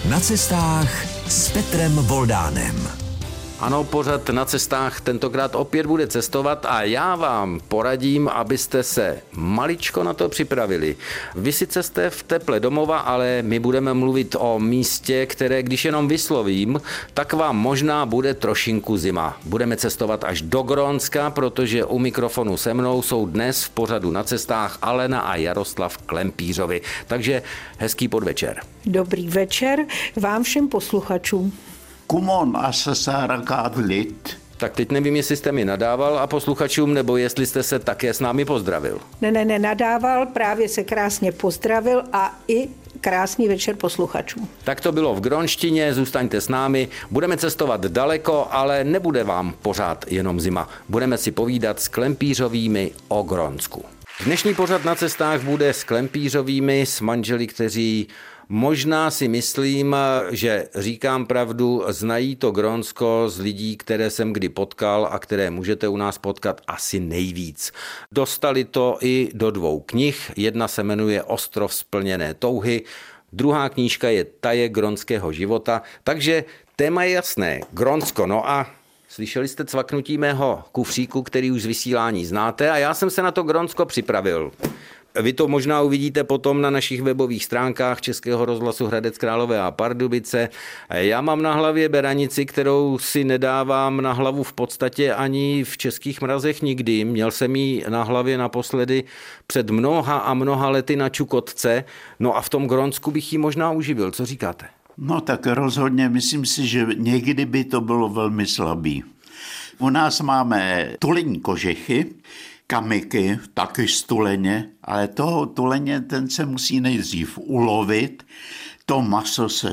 Na cestách s Petrem Voldánem. Ano, pořad Na cestách tentokrát opět bude cestovat a já vám poradím, abyste se maličko na to připravili. Vy sice jste v teple domova, ale my budeme mluvit o místě, které když jenom vyslovím, tak vám možná bude trošinku zima. Budeme cestovat až do Grónska, protože u mikrofonu se mnou jsou dnes v pořadu Na cestách Alena a Jaroslav Klempířovi. Takže hezký podvečer. Dobrý večer vám všem posluchačům. Kumon SSR lid. Tak teď nevím, jestli jste mi nadával a posluchačům, nebo jestli jste se také s námi pozdravil. Ne, nadával, právě se krásně pozdravil a i krásný večer posluchačům. Tak to bylo v grónštině, zůstaňte s námi. Budeme cestovat daleko, ale nebude vám pořád jenom zima. Budeme si povídat s Klempířovými o Grónsku. Dnešní pořad Na cestách bude s Klempířovými, s manželi, kteří možná si myslím, že říkám pravdu, znají to Grónsko z lidí, které jsem kdy potkal a které můžete u nás potkat asi nejvíc. Dostali to i do 2 knih, jedna se jmenuje Ostrov splněné touhy, druhá knížka je Taje grónského života, takže téma je jasné, Grónsko, no a slyšeli jste cvaknutí mého kufříku, který už z vysílání znáte a já jsem se na to Grónsko připravil. Vy to možná uvidíte potom na našich webových stránkách Českého rozhlasu Hradec Králové a Pardubice. Já mám na hlavě beranici, kterou si nedávám na hlavu v podstatě ani v českých mrazech nikdy. Měl jsem ji na hlavě naposledy před mnoha a mnoha lety na Čukotce. No a v tom Grónsku bych ji možná uživil. Co říkáte? No tak rozhodně, myslím si, že někdy by to bylo velmi slabý. U nás máme tulení kožechy, kamyky, taky z tuleně, ale toho tuleně ten se musí nejdřív ulovit. To maso se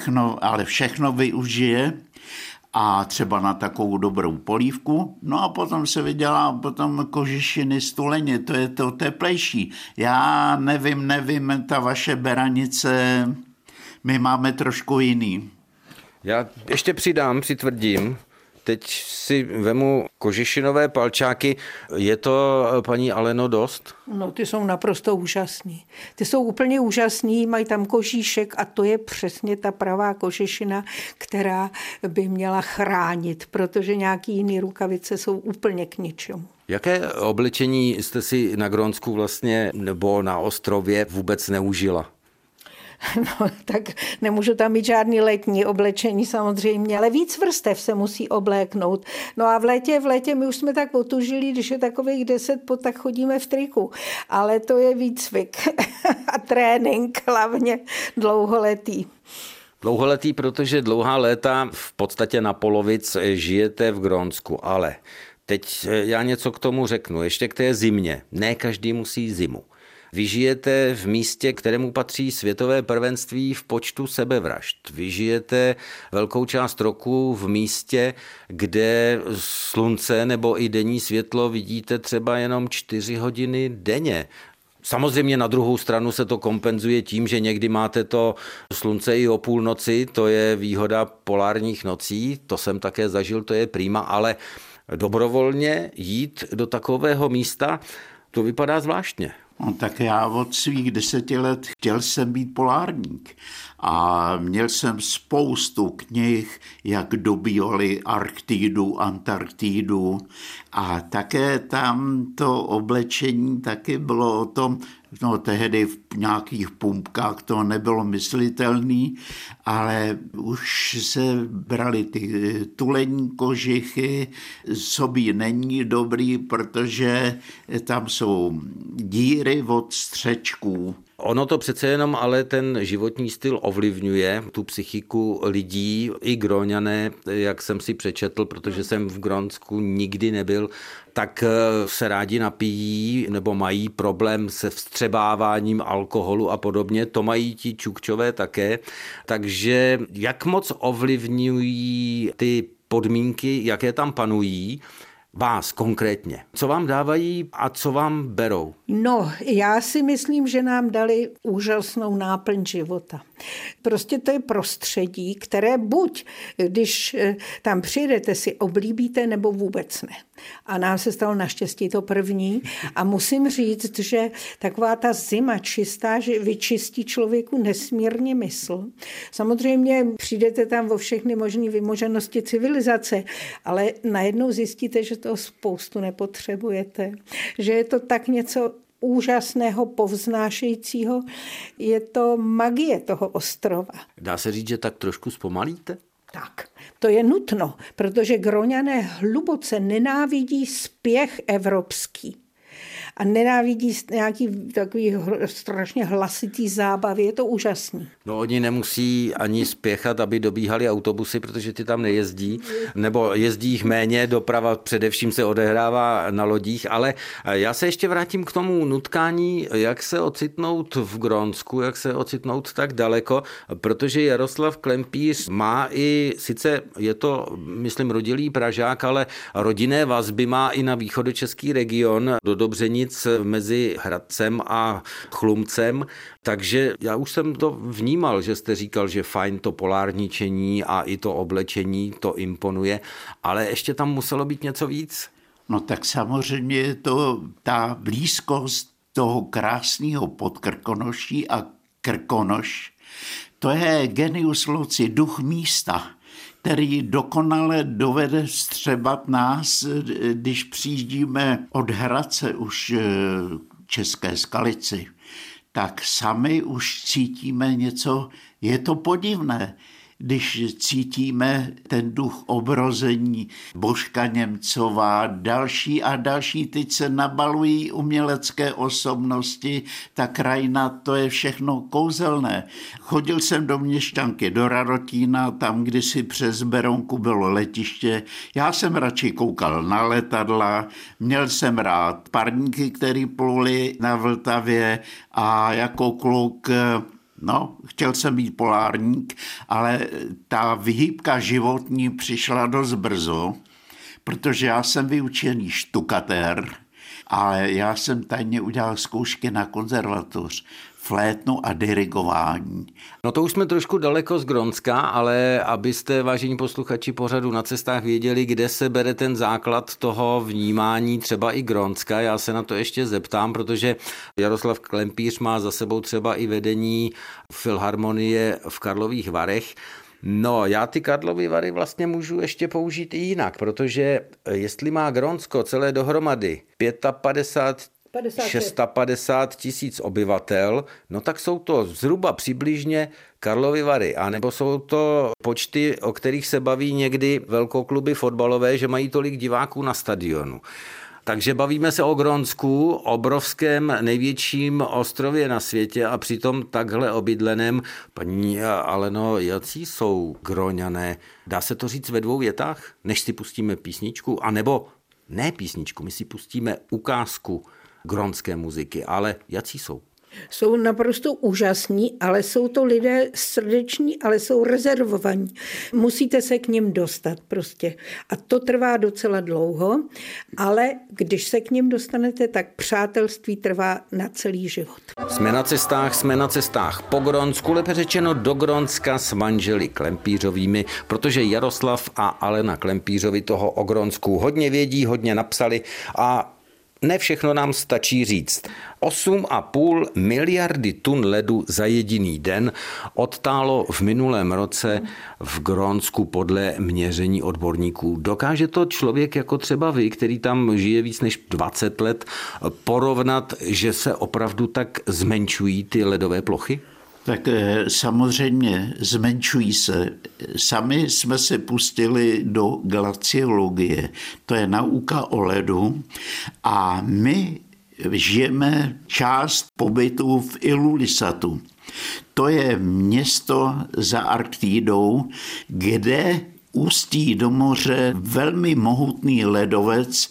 všechno využije a třeba na takovou dobrou polívku. No a potom se vydělá potom kožešiny z tuleně, to je to teplejší. Já nevím, ta vaše beranice, my máme trošku jiný. Já ještě přitvrdím. Teď si vemu kožešinové palčáky. Je to, paní Aleno, dost? No, ty jsou naprosto úžasný. Ty jsou úplně úžasný, mají tam kožíšek a to je přesně ta pravá kožešina, která by měla chránit, protože nějaký jiný rukavice jsou úplně k ničemu. Jaké oblečení jste si na Grónsku vlastně nebo na ostrově vůbec neužila? No, tak nemůžu tam mít žádný letní oblečení samozřejmě, ale víc vrstev se musí obléknout. No a v létě my už jsme tak otužili, když je takových 10 pot, tak chodíme v triku. Ale to je výcvik a trénink, hlavně dlouholetý. Dlouholetý, protože dlouhá léta v podstatě na polovic žijete v Grónsku, ale teď já něco k tomu řeknu, ještě k té zimě. Ne každý musí zimu. Vy žijete v místě, kterému patří světové prvenství v počtu sebevražd. Vy žijete velkou část roku v místě, kde slunce nebo i denní světlo vidíte třeba jenom 4 hodiny denně. Samozřejmě na druhou stranu se to kompenzuje tím, že někdy máte to slunce i o půlnoci, to je výhoda polárních nocí, to jsem také zažil, to je prima, ale dobrovolně jít do takového místa, to vypadá zvláštně. No, tak já od svých 10 let chtěl jsem být polárník a měl jsem spoustu knih, jak dobývali Arktidu, Antarktidu a také tam to oblečení taky bylo o tom, no tehdy v nějakých pumpkách to nebylo myslitelný, ale už se brali ty tulení kožichy, sobí není dobrý, protože tam jsou díry od střečků. Ono to přece jenom ale ten životní styl ovlivňuje tu psychiku lidí, i Gróňané, jak jsem si přečetl, protože jsem v Grónsku nikdy nebyl, tak se rádi napijí nebo mají problém se vstřebáváním alkoholu a podobně. To mají ti Čukčové také. Takže jak moc ovlivňují ty podmínky, jaké tam panují, vás konkrétně? Co vám dávají a co vám berou? No, já si myslím, že nám dali úžasnou náplň života. Prostě to je prostředí, které buď, když tam přijedete, si oblíbíte, nebo vůbec ne. A nám se stalo naštěstí to první. A musím říct, že taková ta zima čistá, že vyčistí člověku nesmírně mysl. Samozřejmě přijdete tam o všechny možné vymoženosti civilizace, ale najednou zjistíte, že toho spoustu nepotřebujete. Že je to tak něco úžasného, povznášejícího. Je to magie toho ostrova. Dá se říct, že tak trošku zpomalíte? Tak, to je nutno, protože Groňané hluboce nenávidí spěch evropský. A nenávidí nějaký takový strašně hlasitý zábavy. Je to úžasný. No oni nemusí ani spěchat, aby dobíhali autobusy, protože ty tam nejezdí, nebo jezdí jich méně, doprava především se odehrává na lodích, ale já se ještě vrátím k tomu nutkání, jak se ocitnout v Grónsku, jak se ocitnout tak daleko, protože Jaroslav Klempíř má i, sice je to, myslím, rodilý Pražák, ale rodinné vazby má i na východočeský region do Dobřenic mezi Hradcem a Chlumcem, takže já už jsem to vnímal, že jste říkal, že fajn to polárničení a i to oblečení, to imponuje, ale ještě tam muselo být něco víc. No tak samozřejmě je to ta blízkost toho krásného Podkrkonoší a Krkonoš. To je genius loci, duch místa, který dokonale dovede vstřebat nás, když přijíždíme od Hradce už České Skalici, tak sami už cítíme něco, je to podivné, když cítíme ten duch obrození Božka Němcová, další a další, teď se nabalují umělecké osobnosti, ta krajina, to je všechno kouzelné. Chodil jsem do Měšťanky, do Radotína, tam kdysi přes Berounku bylo letiště. Já jsem radši koukal na letadla, měl jsem rád parníky, které pluly na Vltavě a jako kluk chtěl jsem být polárník, ale ta vyhýbka životní přišla dost brzo, protože já jsem vyučený štukatér, ale já jsem tajně udělal zkoušky na konzervatoř, flétnu a dirigování. No to už jsme trošku daleko z Grónska, ale abyste, vážení posluchači pořadu Na cestách, věděli, kde se bere ten základ toho vnímání třeba i Grónska, já se na to ještě zeptám, protože Jaroslav Klempíř má za sebou třeba i vedení filharmonie v Karlových Varech. No, já ty Karlovy Vary vlastně můžu ještě použít i jinak, protože jestli má Grónsko celé dohromady 650 tisíc obyvatel, no tak jsou to zhruba přibližně Karlovy Vary, anebo jsou to počty, o kterých se baví někdy velkokluby fotbalové, že mají tolik diváků na stadionu. Takže bavíme se o Grónsku, obrovském největším ostrově na světě a přitom takhle obydleném. Paní Aleno, jací jsou Gróňané? Dá se to říct ve 2 větách, než si pustíme písničku? A nebo ne písničku, my si pustíme ukázku grónské muziky, ale jací jsou? Jsou naprosto úžasní, ale jsou to lidé srdeční, ale jsou rezervovaní. Musíte se k nim dostat prostě. A to trvá docela dlouho, ale když se k nim dostanete, tak přátelství trvá na celý život. Jsme na cestách po Grónsku, lépe řečeno do Grónska s manželi Klempířovými, protože Jaroslav a Alena Klempířovi toho o Grónsku hodně vědí, hodně napsali a ne všechno nám stačí říct. 8,5 miliardy tun ledu za jediný den odtálo v minulém roce v Grónsku podle měření odborníků. Dokáže to člověk jako třeba vy, který tam žije víc než 20 let, porovnat, že se opravdu tak zmenšují ty ledové plochy? Tak samozřejmě zmenšují se. Sami jsme se pustili do glaciologie. To je nauka o ledu a my žijeme část pobytu v Ilulissatu. To je město za Arktidou, kde ústí do moře velmi mohutný ledovec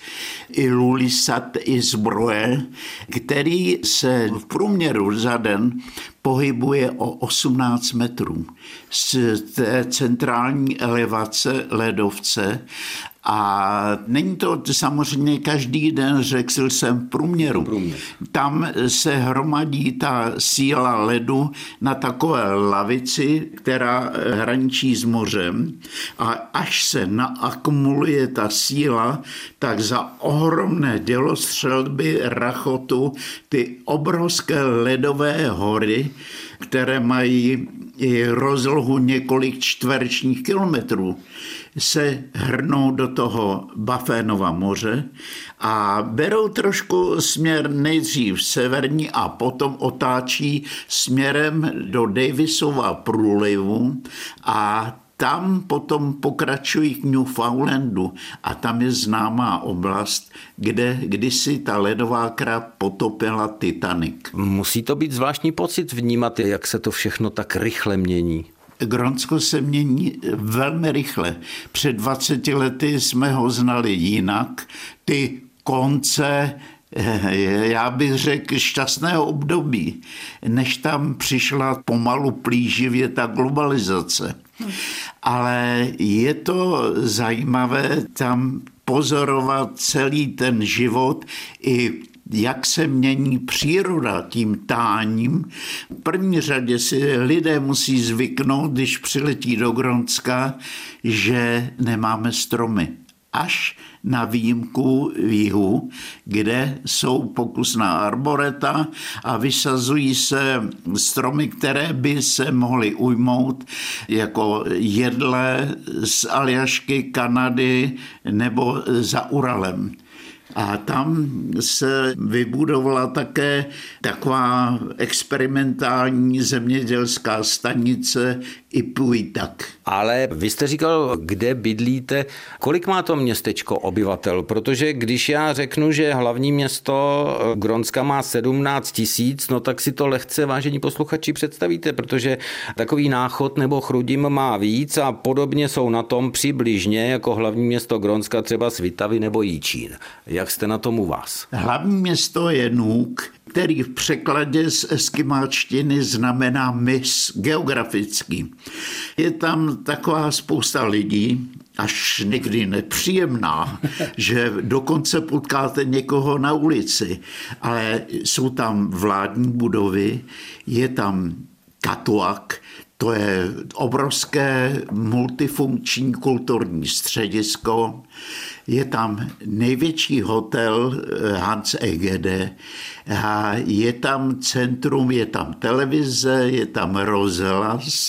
Ilulissat Isbroe, který se v průměru za den pohybuje o 18 metrů z té centrální elevace ledovce. A není to samozřejmě každý den, řekl jsem v průměru. Tam se hromadí ta síla ledu na takové lavici, která hraničí s mořem. A až se naakumuluje ta síla, tak za ohromné dělostřelby, rachotu, ty obrovské ledové hory, které mají i rozlohu několik čtverečních kilometrů, se hrnou do toho Bafénova moře a berou trošku směr nejdřív severní a potom otáčí směrem do Davisova průlivu a tam potom pokračují k Newfoundlandu a tam je známá oblast, kde kdysi ta ledová kra potopila Titanic. Musí to být zvláštní pocit vnímat, jak se to všechno tak rychle mění. Grónsko se mění velmi rychle. Před 20 lety jsme ho znali jinak. Ty konce, já bych řekl, šťastného období, než tam přišla pomalu plíživě ta globalizace. Ale je to zajímavé tam pozorovat celý ten život i jak se mění příroda tím táním. V první řadě si lidé musí zvyknout, když přiletí do Grónska, že nemáme stromy. Až na výjimku v jihu, kde jsou pokusná arboreta a vysazují se stromy, které by se mohly ujmout jako jedle z Aljašky, Kanady nebo za Uralem. A tam se vybudovala také taková experimentální zemědělská stanice Ipuitak. Ale vy jste říkal, kde bydlíte, kolik má to městečko obyvatel? Protože když já řeknu, že hlavní město Grónska má 17 000, no tak si to lehce, vážení posluchači, představíte, protože takový Náchod nebo Chrudim má víc a podobně jsou na tom přibližně jako hlavní město Grónska třeba Svitavy nebo Jičín. Jak jste na tom u vás? Hlavní město je Nuuk, který v překladě z eskimáčtiny znamená mys geografický. Je tam taková spousta lidí, až někdy nepříjemná, že dokonce potkáte někoho na ulici, ale jsou tam vládní budovy, je tam Katuak, to je obrovské multifunkční kulturní středisko, je tam největší hotel Hans Egede, a je tam centrum, je tam televize, je tam rozhlas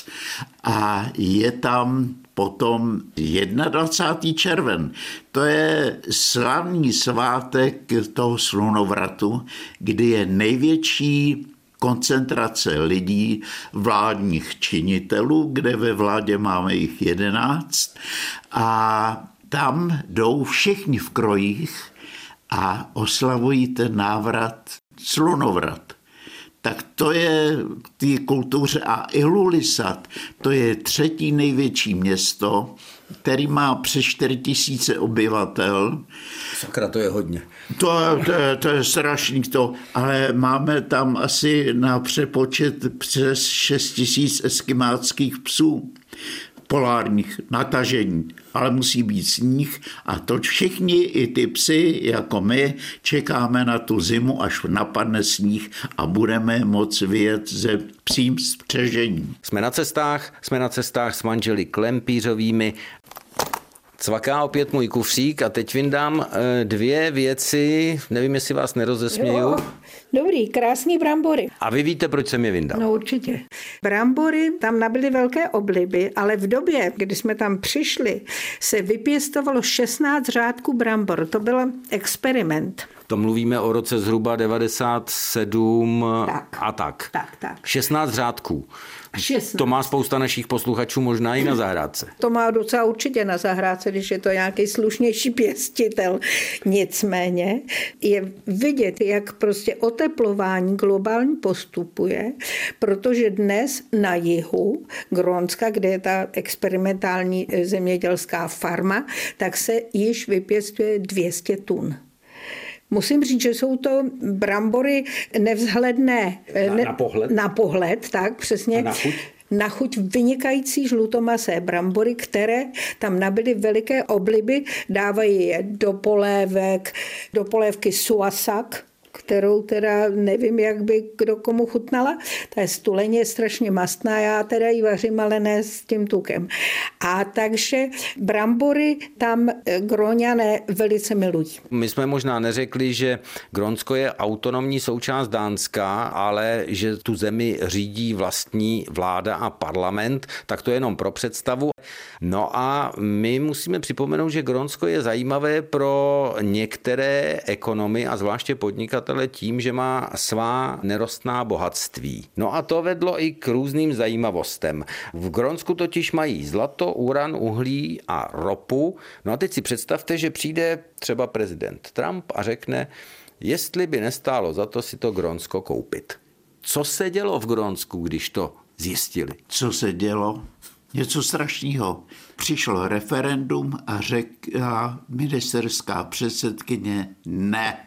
a je tam potom 21. červen. To je slavný svátek toho slunovratu, kdy je největší koncentrace lidí, vládních činitelů, kde ve vládě máme jich 11 a tam jdou všichni v krojích a oslavují ten návrat, slunovrat. Tak to je k té kultuře. A Ilulissat, to je 3. největší město, který má přes 4 000 obyvatel. Sakra, to je hodně. To je strašný to, ale máme tam asi na přepočet přes 6 000 eskimáckých psů polárních natažení, ale musí být sníh a to všichni, i ty psy, jako my, čekáme na tu zimu, až napadne sníh a budeme moct vyjet se psím spřežením. Jsme na cestách s manželi Klempířovými. Cvaká opět můj kufřík a teď vyndám 2 věci, nevím, jestli vás nerozesměju. Jo, dobrý, krásný brambory. A vy víte, proč jsem je vyndal? No určitě. Brambory tam nabyly velké obliby, ale v době, kdy jsme tam přišli, se vypěstovalo 16 řádků brambor. To byl experiment. To mluvíme o roce zhruba 97 tak. A tak. Tak. 16 řádků. 16. To má spousta našich posluchačů možná i na zahrádce. To má docela určitě na zahrádce, když je to nějaký slušnější pěstitel. Nicméně je vidět, jak prostě oteplování globální postupuje, protože dnes na jihu Grónska, kde je ta experimentální zemědělská farma, tak se již vypěstuje 200 tun. Musím říct, že jsou to brambory nevzhledné na pohled, tak přesně. A na chuť? Na chuť vynikající žlutomasé brambory, které tam nabyly veliké obliby, dávají je do polévky suasak, kterou teda nevím, jak by kdo komu chutnala. Ta je stuleně strašně mastná, já teda ji vařím, ale ne s tím tukem. A takže brambory tam Gróňané velice milují. My jsme možná neřekli, že Grónsko je autonomní součást Dánska, ale že tu zemi řídí vlastní vláda a parlament, tak to je jenom pro představu. No a my musíme připomenout, že Grónsko je zajímavé pro některé ekonomy a zvláště podnikatele tím, že má svá nerostná bohatství. No a to vedlo i k různým zajímavostem. V Grónsku totiž mají zlato, uran, uhlí a ropu. No a teď si představte, že přijde třeba prezident Trump a řekne, jestli by nestálo za to si to Grónsko koupit. Co se dělo v Grónsku, když to zjistili? Co se dělo? Něco strašného. Přišlo referendum a řekla ministerská předsedkyně ne.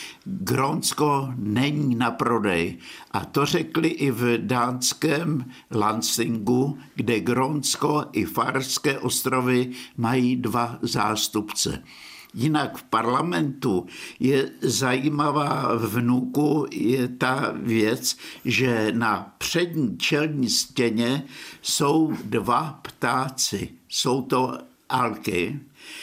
Grónsko není na prodej. A to řekli i v dánském Landstingu, kde Grónsko i Farské ostrovy mají 2 zástupce. Jinak v parlamentu je zajímavá vnuku je ta věc, že na přední čelní stěně jsou 2 ptáci. Jsou to alky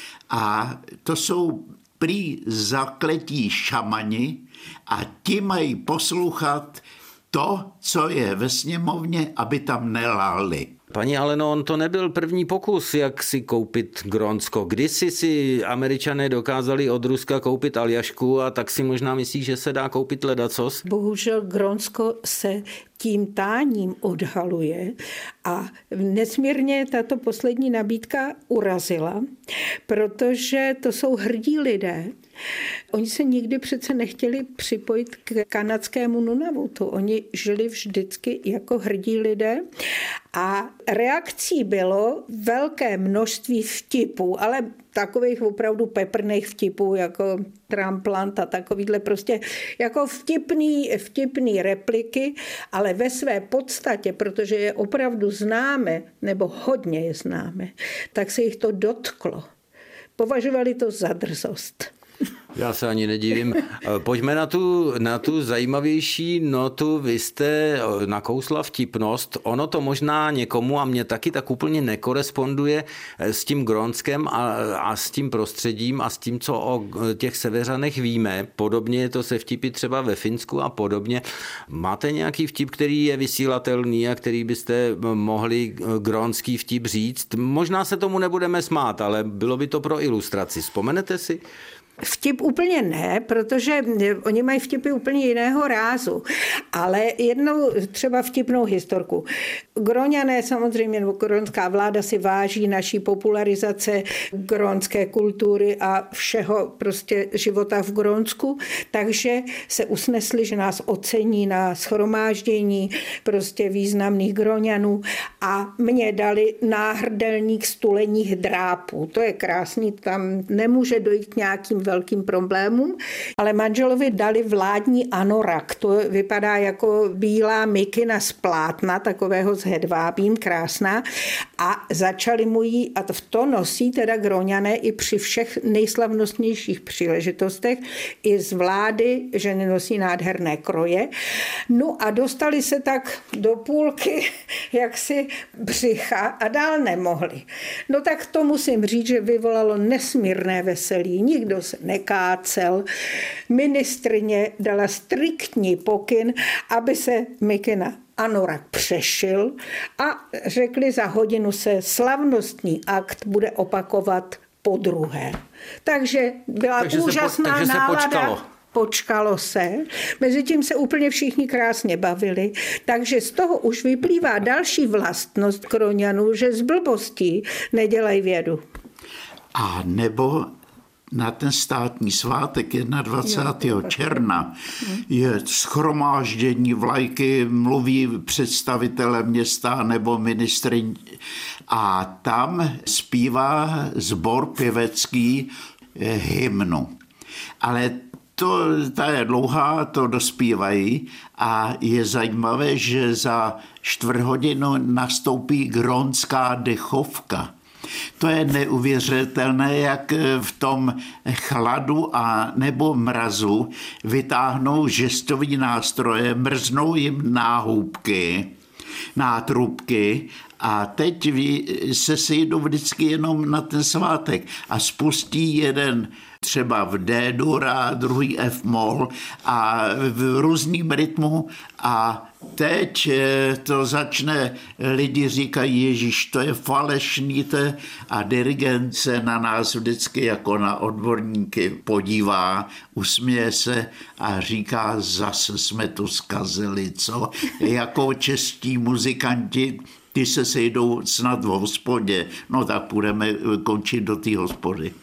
a to jsou prý zakletí šamani a ti mají poslouchat to, co je ve sněmovně, aby tam nelali. Paní Aleno, on to nebyl první pokus, jak si koupit Grónsko. Kdysi si Američané dokázali od Ruska koupit Aljašku a tak si možná myslí, že se dá koupit ledacos? Bohužel Grónsko se tím táním odhaluje a nesmírně tato poslední nabídka urazila, protože to jsou hrdí lidé. Oni se nikdy přece nechtěli připojit k kanadskému Nunavutu. Oni žili vždycky jako hrdí lidé a reakcí bylo velké množství vtipů, ale takových opravdu peprných vtipů, jako Trumpland a takovýhle prostě jako vtipný repliky, ale ve své podstatě, protože je opravdu známe, nebo hodně je známe, tak se jich to dotklo. Považovali to za drzost. Já se ani nedivím. Pojďme na tu zajímavější notu. Vy jste nakousla vtipnost. Ono to možná někomu a mně taky tak úplně nekoresponduje s tím Grónskem a s tím prostředím a s tím, co o těch severanech víme. Podobně je to se vtipy třeba ve Finsku a podobně. Máte nějaký vtip, který je vysílatelný a který byste mohli grónský vtip říct? Možná se tomu nebudeme smát, ale bylo by to pro ilustraci. Vzpomenete si? Vtip úplně ne, protože oni mají vtipy úplně jiného rázu, ale jednou třeba vtipnou historku. Gróňané samozřejmě, nebo grónská vláda si váží naší popularizace grónské kultury a všeho prostě života v Grónsku, takže se usnesli, že nás ocení na shromáždění prostě významných Gróňanů a mě dali náhrdelník stuleních drápů. To je krásný, tam nemůže dojít k nějakým velkým problémům, ale manželovi dali vládní anorak. To vypadá jako bílá mikina z plátna, takového s hedvábím, krásná. A začali mu jí, a v to nosí teda Gróňané i při všech nejslavnostnějších příležitostech, i z vlády, že nosí nádherné kroje. No a dostali se tak do půlky jaksi břicha a dál nemohli. No tak to musím říct, že vyvolalo nesmírné veselí. Nikdo se nekácel. Ministryně dala striktní pokyn, aby se mikina anorak přešil a řekli, za hodinu se slavnostní akt bude opakovat podruhé. Takže byla úžasná nálada. Počkalo se. Mezitím se úplně všichni krásně bavili. Takže z toho už vyplývá další vlastnost Gróňanů, že z blbostí nedělají vědu. A nebo na ten státní svátek 21. června je shromáždění vlajky, mluví představitelé města nebo ministryň a tam zpívá sbor pěvecký hymnu. Ale Ta je dlouhá, to dospívají a je zajímavé, že za 4 hodinu nastoupí grónská dechovka. To je neuvěřitelné, jak v tom chladu a nebo mrazu vytáhnou žestový nástroje, mrznou jim nátrubky a teď se sejdou vždycky jenom na ten svátek a spustí jeden třeba v D-dur a druhý F-moll a v různým rytmu a teď to začne, lidi říkají, Ježíš, to je falešný, a dirigent se na nás vždycky jako na odborníky podívá, usměje se a říká, zase jsme to zkazili, co? Jako čeští muzikanti, ty se sejdou snad v hospodě, no tak půjdeme končit do té hospody.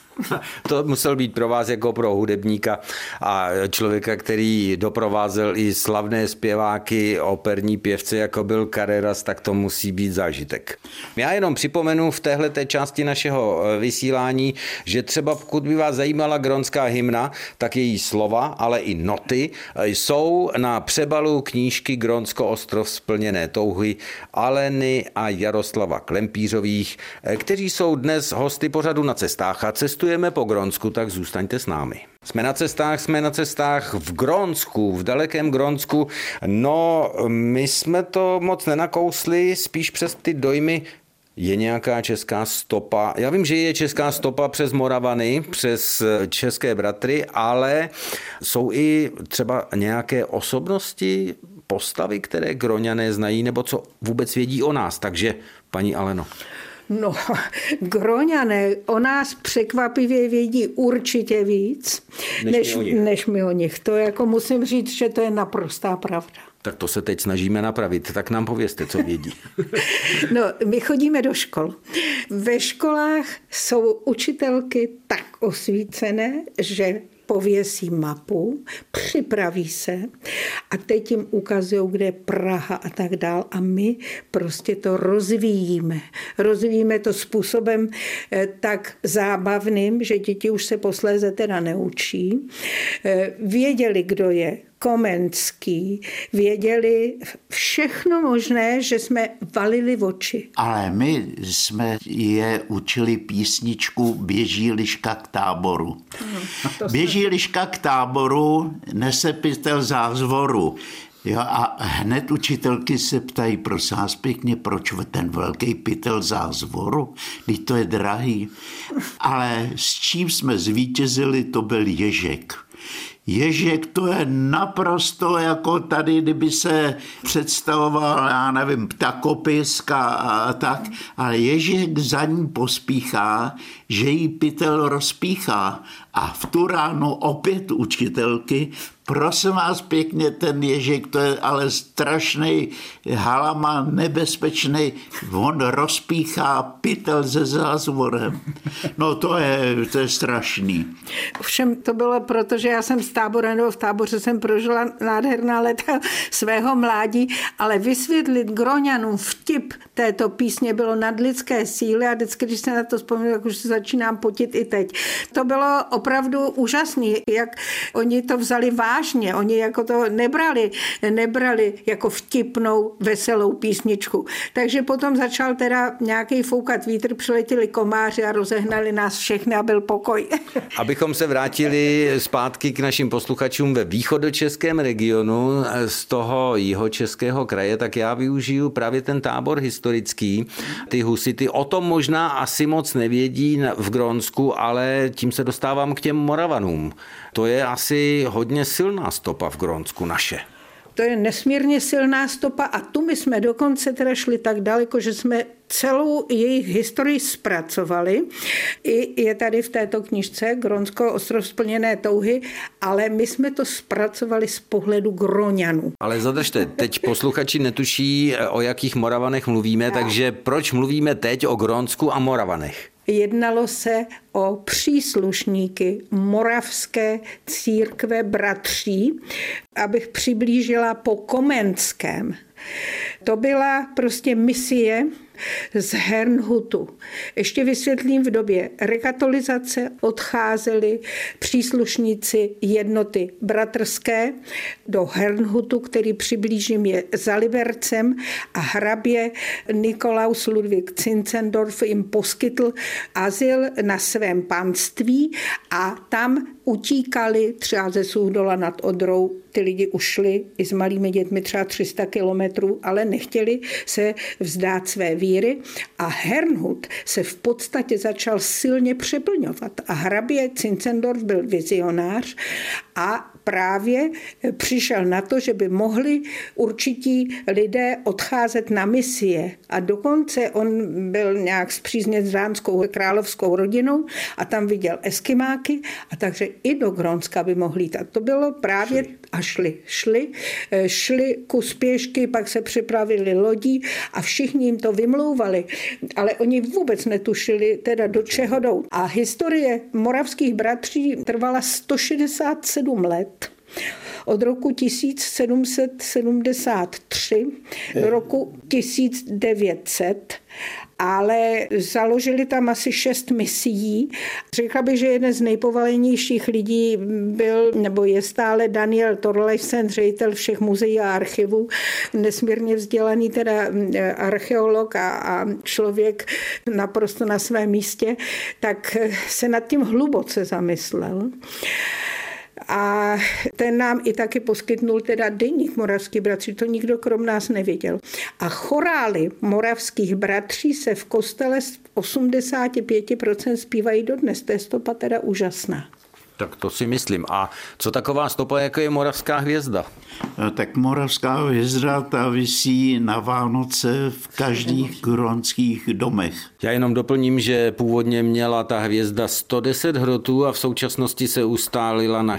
To musel být pro vás jako pro hudebníka a člověka, který doprovázel i slavné zpěváky, operní pěvce, jako byl Carreras, tak to musí být zážitek. Já jenom připomenu v téhleté části našeho vysílání, že třeba pokud by vás zajímala grónská hymna, tak její slova, ale i noty jsou na přebalu knížky Grónsko ostrov splněné touhy Aleny a Jaroslava Klempířových, kteří jsou dnes hosty pořadu Na cestách a cestujeme po Grónsku, tak zůstaňte s námi. Jsme na cestách v Grónsku, v dalekém Grónsku. No, my jsme to moc nenakousli, spíš přes ty dojmy. Je nějaká česká stopa? Já vím, že je česká stopa přes Moravany, přes české bratry, ale jsou i třeba nějaké osobnosti, postavy, které Gróňané znají, nebo co vůbec vědí o nás. Takže, paní Aleno. No, Gróňané o nás překvapivě vědí určitě víc, než my o nich. To jako musím říct, že to je naprostá pravda. Tak to se teď snažíme napravit, tak nám povězte, co vědí. No, my chodíme do škol. Ve školách jsou učitelky tak osvícené, že pověsí mapu, připraví se a teď jim ukazují, kde je Praha a tak dál a my prostě to rozvíjíme. Rozvíjíme to způsobem tak zábavným, že děti už se posléze teda neučí. Věděli, kdo je Komenský, věděli všechno možné, že jsme valili v oči. Ale my jsme je učili písničku Běží liška k táboru. Běží liška k táboru, nese pytel zázvoru. Jo, a hned učitelky se ptají, prosím vás pěkně, proč ten velký pytel zázvoru? Vždyť to je drahý. Ale s čím jsme zvítězili, to byl Ježek. Ježek to je naprosto jako tady, kdyby se představoval, já nevím, ptakopiska a tak, ale Ježek za ní pospíchá, že jí pytel rozpíchá a v tu ránu opět učitelky, prosím vás pěkně, ten Ježek, to je ale strašný halama, nebezpečný, on rozpíchá pytel se zázvorem. No to je strašný. Ovšem to bylo proto, že já jsem z tábora, nebo v táboře jsem prožila nádherná léta svého mládí, ale vysvětlit Gróňanům vtip této písně bylo nadlidské síly a vždycky, když se na to vzpomínám, tak už se začínám potit i teď. To bylo opravdu úžasné, jak oni to vzali vážně, oni jako to nebrali jako vtipnou, veselou písničku. Takže potom začal teda nějaký foukat vítr, přiletěli komáři a rozehnali nás všechny a byl pokoj. Abychom se vrátili zpátky k našim posluchačům ve východočeském regionu z toho jihočeského kraje, tak já využiju právě ten tábor historický. Ty husity o tom možná asi moc nevědí v Grónsku, ale tím se dostávám k těm Moravanům. To je asi hodně silná stopa v Grónsku naše. To je nesmírně silná stopa a tu my jsme dokonce teda šli tak daleko, že jsme celou jejich historii zpracovali. I je tady v této knižce Grónsko ostrov splněné touhy, ale my jsme to zpracovali z pohledu Gróňanů. Ale zadržte, teď posluchači netuší, o jakých Moravanech mluvíme, takže proč mluvíme teď o Grónsku a Moravanech? Jednalo se o příslušníky moravské církve bratří, abych přiblížila po Komenském. To byla prostě misie z Herrnhutu. Ještě vysvětlím, v době rekatolizace odcházeli příslušníci jednoty bratrské do Herrnhutu, který přiblížím je za Libercem, a hrabě Nikolaus Ludwig Zinzendorf jim poskytl azyl na svém panství a tam utíkali třeba ze Suchdola nad Odrou. Ty lidi ušli i s malými dětmi třeba 300 kilometrů, ale nechtěli se vzdát své víry a Herrnhut se v podstatě začal silně přeplňovat a hrabě Zinzendorf byl vizionář a právě přišel na to, že by mohli určití lidé odcházet na misie a dokonce on byl nějak spřízněn s dánskou královskou rodinou a tam viděl Eskimáky a takže i do Grónska by mohli jít. A to bylo právě a šli kus pěšky, pak se připravili lodí a všichni jim to vymlouvali, ale oni vůbec netušili teda do čeho jdou. A historie moravských bratří trvala 167 let. Od roku 1773 do roku 1900, ale založili tam asi 6 misií. Řekla bych, že jeden z nejpovalenějších lidí byl, nebo je stále Daniel Thorleifsen, ředitel všech muzeí a archivů, nesmírně vzdělaný teda archeolog a člověk naprosto na svém místě, tak se nad tím hluboce zamyslel. A ten nám i taky poskytnul teda deník Moravských bratří, to nikdo krom nás nevěděl. A chorály Moravských bratří se v kostele z 85% zpívají dodnes, to je stopa teda úžasná. Tak to si myslím. A co taková stopa, jako je Moravská hvězda? Tak Moravská hvězda, ta visí na Vánoce v každých grónských domech. Já jenom doplním, že původně měla ta hvězda 110 hrotů a v současnosti se ustálila na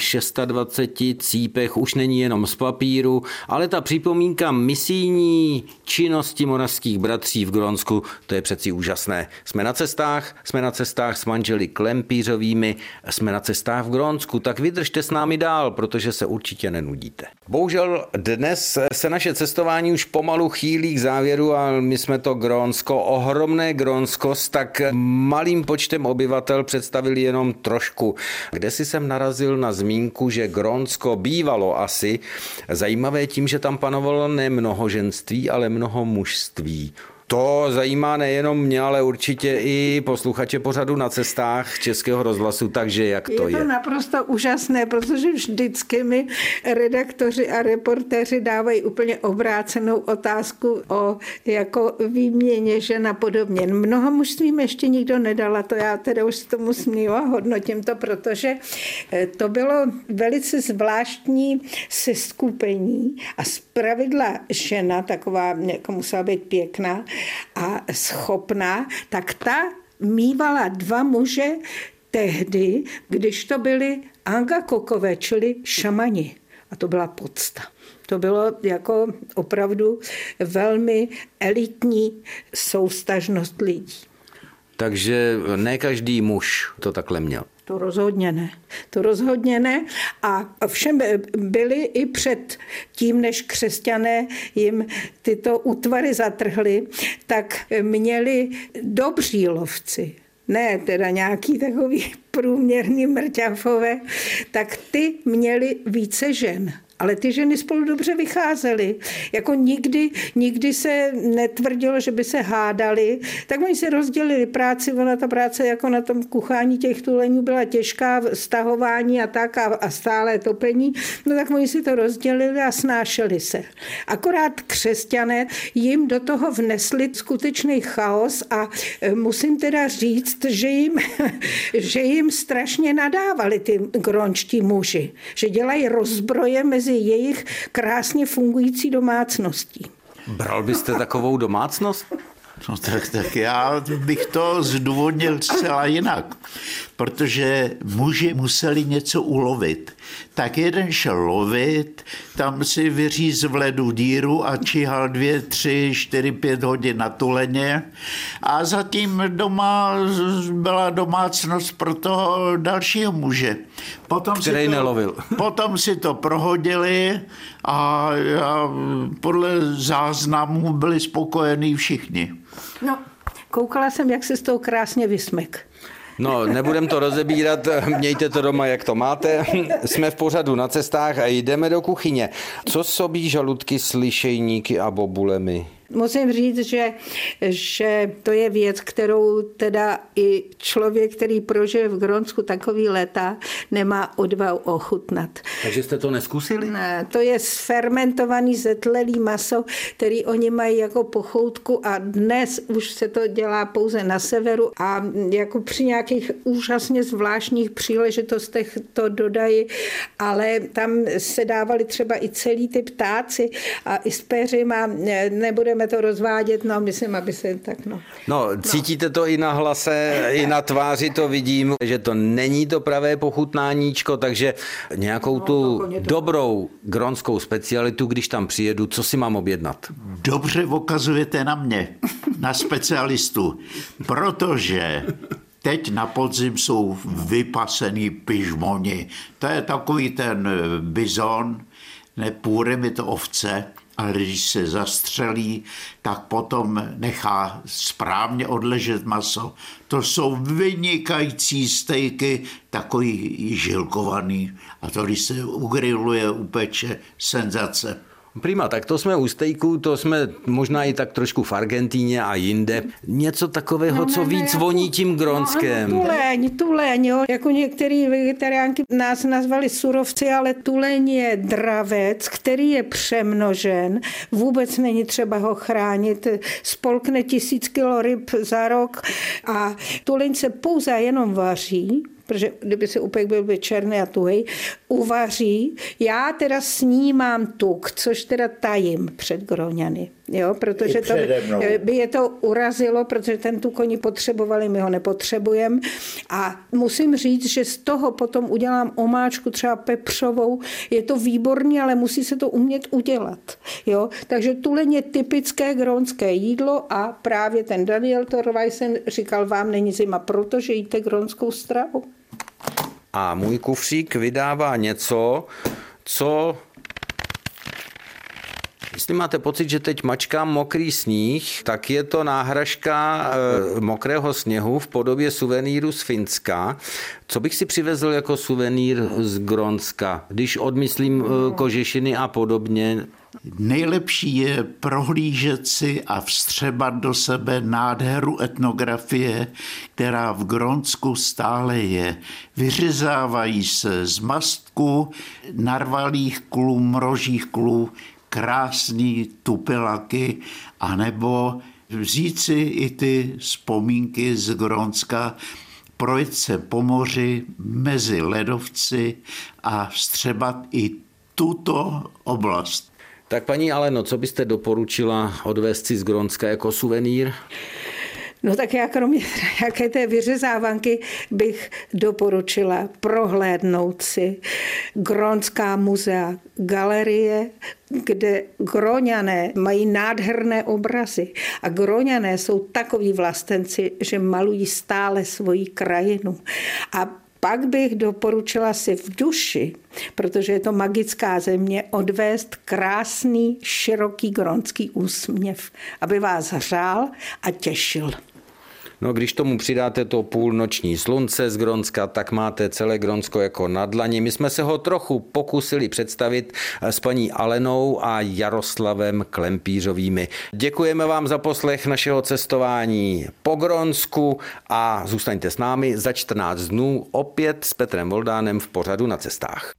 26 cípech. Už není jenom z papíru, ale ta připomínka misijní činnosti Moravských bratří v Grónsku, to je přeci úžasné. Jsme na cestách s manželi Klempířovými, jsme na cestách v Grónsku, tak vydržte s námi dál, protože se určitě nenudíte. Bohužel dnes se naše cestování už pomalu chýlí k závěru a my jsme to Grónsko, ohromné Grónsko s tak malým počtem obyvatel představili jenom trošku. Kdesi jsem narazil na zmínku, že Grónsko bývalo asi zajímavé tím, že tam panovalo ne mnoho ženství, ale mnoho mužství. To zajímá nejenom mě, ale určitě i posluchače pořadu Na cestách Českého rozhlasu, takže jak to je? Je to naprosto úžasné, protože vždycky mi redaktoři a reportéři dávají úplně obrácenou otázku o jako výměně žen a podobně. Mnoho mužstvím ještě nikdo nedala, to já teda už tomu směju a hodnotím to, protože to bylo velice zvláštní seskupení a zpravidla žena, taková jako musela být pěkná, a schopná, tak ta mívala 2 muže tehdy, když to byli angakokové, čili šamani. A to byla podsta. To bylo jako opravdu velmi elitní soustažnost lidí. Takže ne každý muž to takhle měl. To rozhodně ne. A všem byli i před tím, než křesťané jim tyto útvary zatrhli, tak měli dobří lovci. Ne teda nějaký takový průměrný mrťafové, tak ty měli více žen. Ale ty ženy spolu dobře vycházely. Jako nikdy se netvrdilo, že by se hádali. Tak oni se rozdělili práci. Ona ta práce jako na tom kuchání těch tuleňů byla těžká, stahování a tak a stále topení. No tak oni si to rozdělili a snášeli se. Akorát křesťané jim do toho vnesli skutečný chaos a musím teda říct, že jim strašně nadávali ty grónští muži. Že dělají rozbroje mezi jejich krásně fungující domácností. Bral byste takovou domácnost? No tak já bych to zdůvodnil zcela jinak, protože muži museli něco ulovit. Tak jeden šel lovit, tam si vyřízl v ledu díru a číhal 2, 3, 4, 5 hodin na tuleně a zatím doma byla domácnost pro toho dalšího muže. Který nelovil. Potom si to prohodili a podle záznamů byli spokojení všichni. No, koukala jsem, jak se z toho krásně vysmek. No, nebudem to rozebírat, mějte to doma, jak to máte. Jsme v pořadu Na cestách a jdeme do kuchyně. Co sobí žaludky s lišejníky a bobulemi? Musím říct, že to je věc, kterou teda i člověk, který prožije v Grónsku takový léta, nemá odvahu ochutnat. Takže jste to neskusili? Ne, to je sfermentovaný zetlelý maso, který oni mají jako pochoutku a dnes už se to dělá pouze na severu a jako při nějakých úžasně zvláštních příležitostech to dodají, ale tam se dávali třeba i celý ty ptáci a i s peřima, nebudeme to rozvádět, no myslím, aby se tak, no. No, cítíte to i na hlase, i na tváři to vidím, že to není to pravé pochutnáníčko, takže nějakou tu dobrou grónskou specialitu, když tam přijedu, co si mám objednat? Dobře ukazujete na mě, na specialistu, protože teď na podzim jsou vypasený pižmoni. To je takový ten bizon, ne půrem je to ovce, ale když se zastřelí, tak potom nechá správně odležet maso. To jsou vynikající stejky, takový žilkovaný. A to, když se ugriluje, upeče, senzace. Prima, tak to jsme u stejků, to jsme možná i tak trošku v Argentíně a jinde. Něco takového, co víc voní tím Grónskem. No, tuleň, jo. Jako některý vegetariánky nás nazvali surovci, ale tuleň je dravec, který je přemnožen, vůbec není třeba ho chránit, spolkne 1000 kilo ryb za rok a tuleň se pouze jenom vaří, protože kdyby se upek byl černý a tuhej, uvaří. Já teda snímám tuk, což teda tajím před Gróňany, jo, protože to by je to urazilo, protože ten tuk oni potřebovali, my ho nepotřebujeme. A musím říct, že z toho potom udělám omáčku třeba pepřovou. Je to výborný, ale musí se to umět udělat. Jo? Takže tuleň je typické grónské jídlo a právě ten Daniel Torvajsen říkal, vám není zima, protože jíte grónskou stravu. A můj kufřík vydává něco, co... Jestli máte pocit, že teď mačkám mokrý sníh, tak je to náhražka mokrého sněhu v podobě suvenýru z Finska. Co bych si přivezl jako suvenýr z Grónska, když odmyslím kožešiny a podobně? Nejlepší je prohlížet si a vstřebat do sebe nádheru etnografie, která v Grónsku stále je. Vyřezávají se z mastku, narvalých klů, mrožích klů, krásný tupelaky, anebo vzít si i ty vzpomínky z Grónska, projet se po moři mezi ledovci a vstřebat i tuto oblast. Tak paní Aleno, co byste doporučila odvést si z Grónska jako suvenýr? No tak já kromě jaké té vyřezávanky bych doporučila prohlédnout si Grónská muzea, galerie, kde Gróňané mají nádherné obrazy. A Gróňané jsou takoví vlastenci, že malují stále svoji krajinu. A pak bych doporučila si v duši, protože je to magická země, odvést krásný, široký grónský úsměv, aby vás hřál a těšil. No, když tomu přidáte to půlnoční slunce z Grónska, tak máte celé Grónsko jako na dlani. My jsme se ho trochu pokusili představit s paní Alenou a Jaroslavem Klempířovými. Děkujeme vám za poslech našeho cestování po Grónsku a zůstaňte s námi za 14 dnů opět s Petrem Voldánem v pořadu Na cestách.